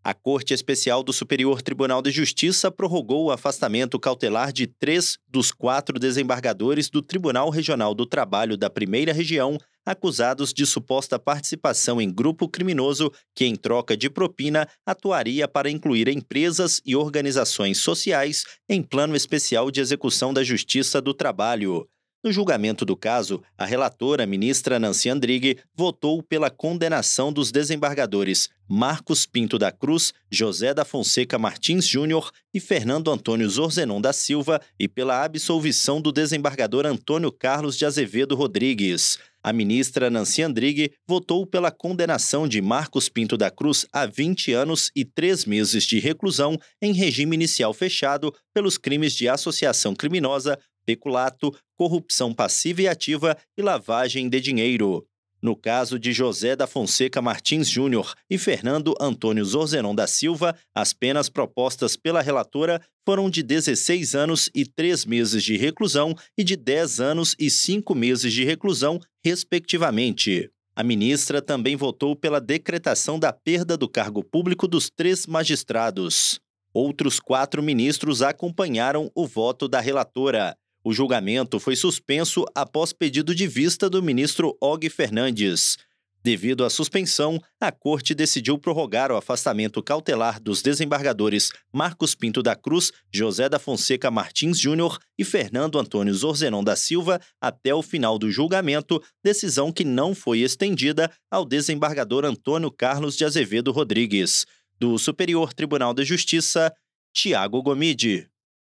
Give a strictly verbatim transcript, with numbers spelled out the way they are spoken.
A Corte Especial do Superior Tribunal de Justiça prorrogou o afastamento cautelar de três dos quatro desembargadores do Tribunal Regional do Trabalho da Primeira Região, acusados de suposta participação em grupo criminoso que, em troca de propina, atuaria para incluir empresas e organizações sociais em plano especial de execução da Justiça do Trabalho. No julgamento do caso, a relatora, ministra Nancy Andrighi, votou pela condenação dos desembargadores Marcos Pinto da Cruz, José da Fonseca Martins Júnior e Fernando Antônio Zorzenon da Silva e pela absolvição do desembargador Antônio Carlos de Azevedo Rodrigues. A ministra Nancy Andrighi votou pela condenação de Marcos Pinto da Cruz a vinte anos e três meses de reclusão em regime inicial fechado pelos crimes de associação criminosa, peculato, corrupção passiva e ativa e lavagem de dinheiro. No caso de José da Fonseca Martins Júnior e Fernando Antônio Zorzenon da Silva, as penas propostas pela relatora foram de dezesseis anos e três meses de reclusão e de dez anos e cinco meses de reclusão, respectivamente. A ministra também votou pela decretação da perda do cargo público dos três magistrados. Outros quatro ministros acompanharam o voto da relatora. O julgamento foi suspenso após pedido de vista do ministro Og Fernandes. Devido à suspensão, a Corte decidiu prorrogar o afastamento cautelar dos desembargadores Marcos Pinto da Cruz, José da Fonseca Martins Júnior e Fernando Antônio Zorzenon da Silva até o final do julgamento, decisão que não foi estendida ao desembargador Antônio Carlos de Azevedo Rodrigues. Do Superior Tribunal de Justiça, Tiago Gomide.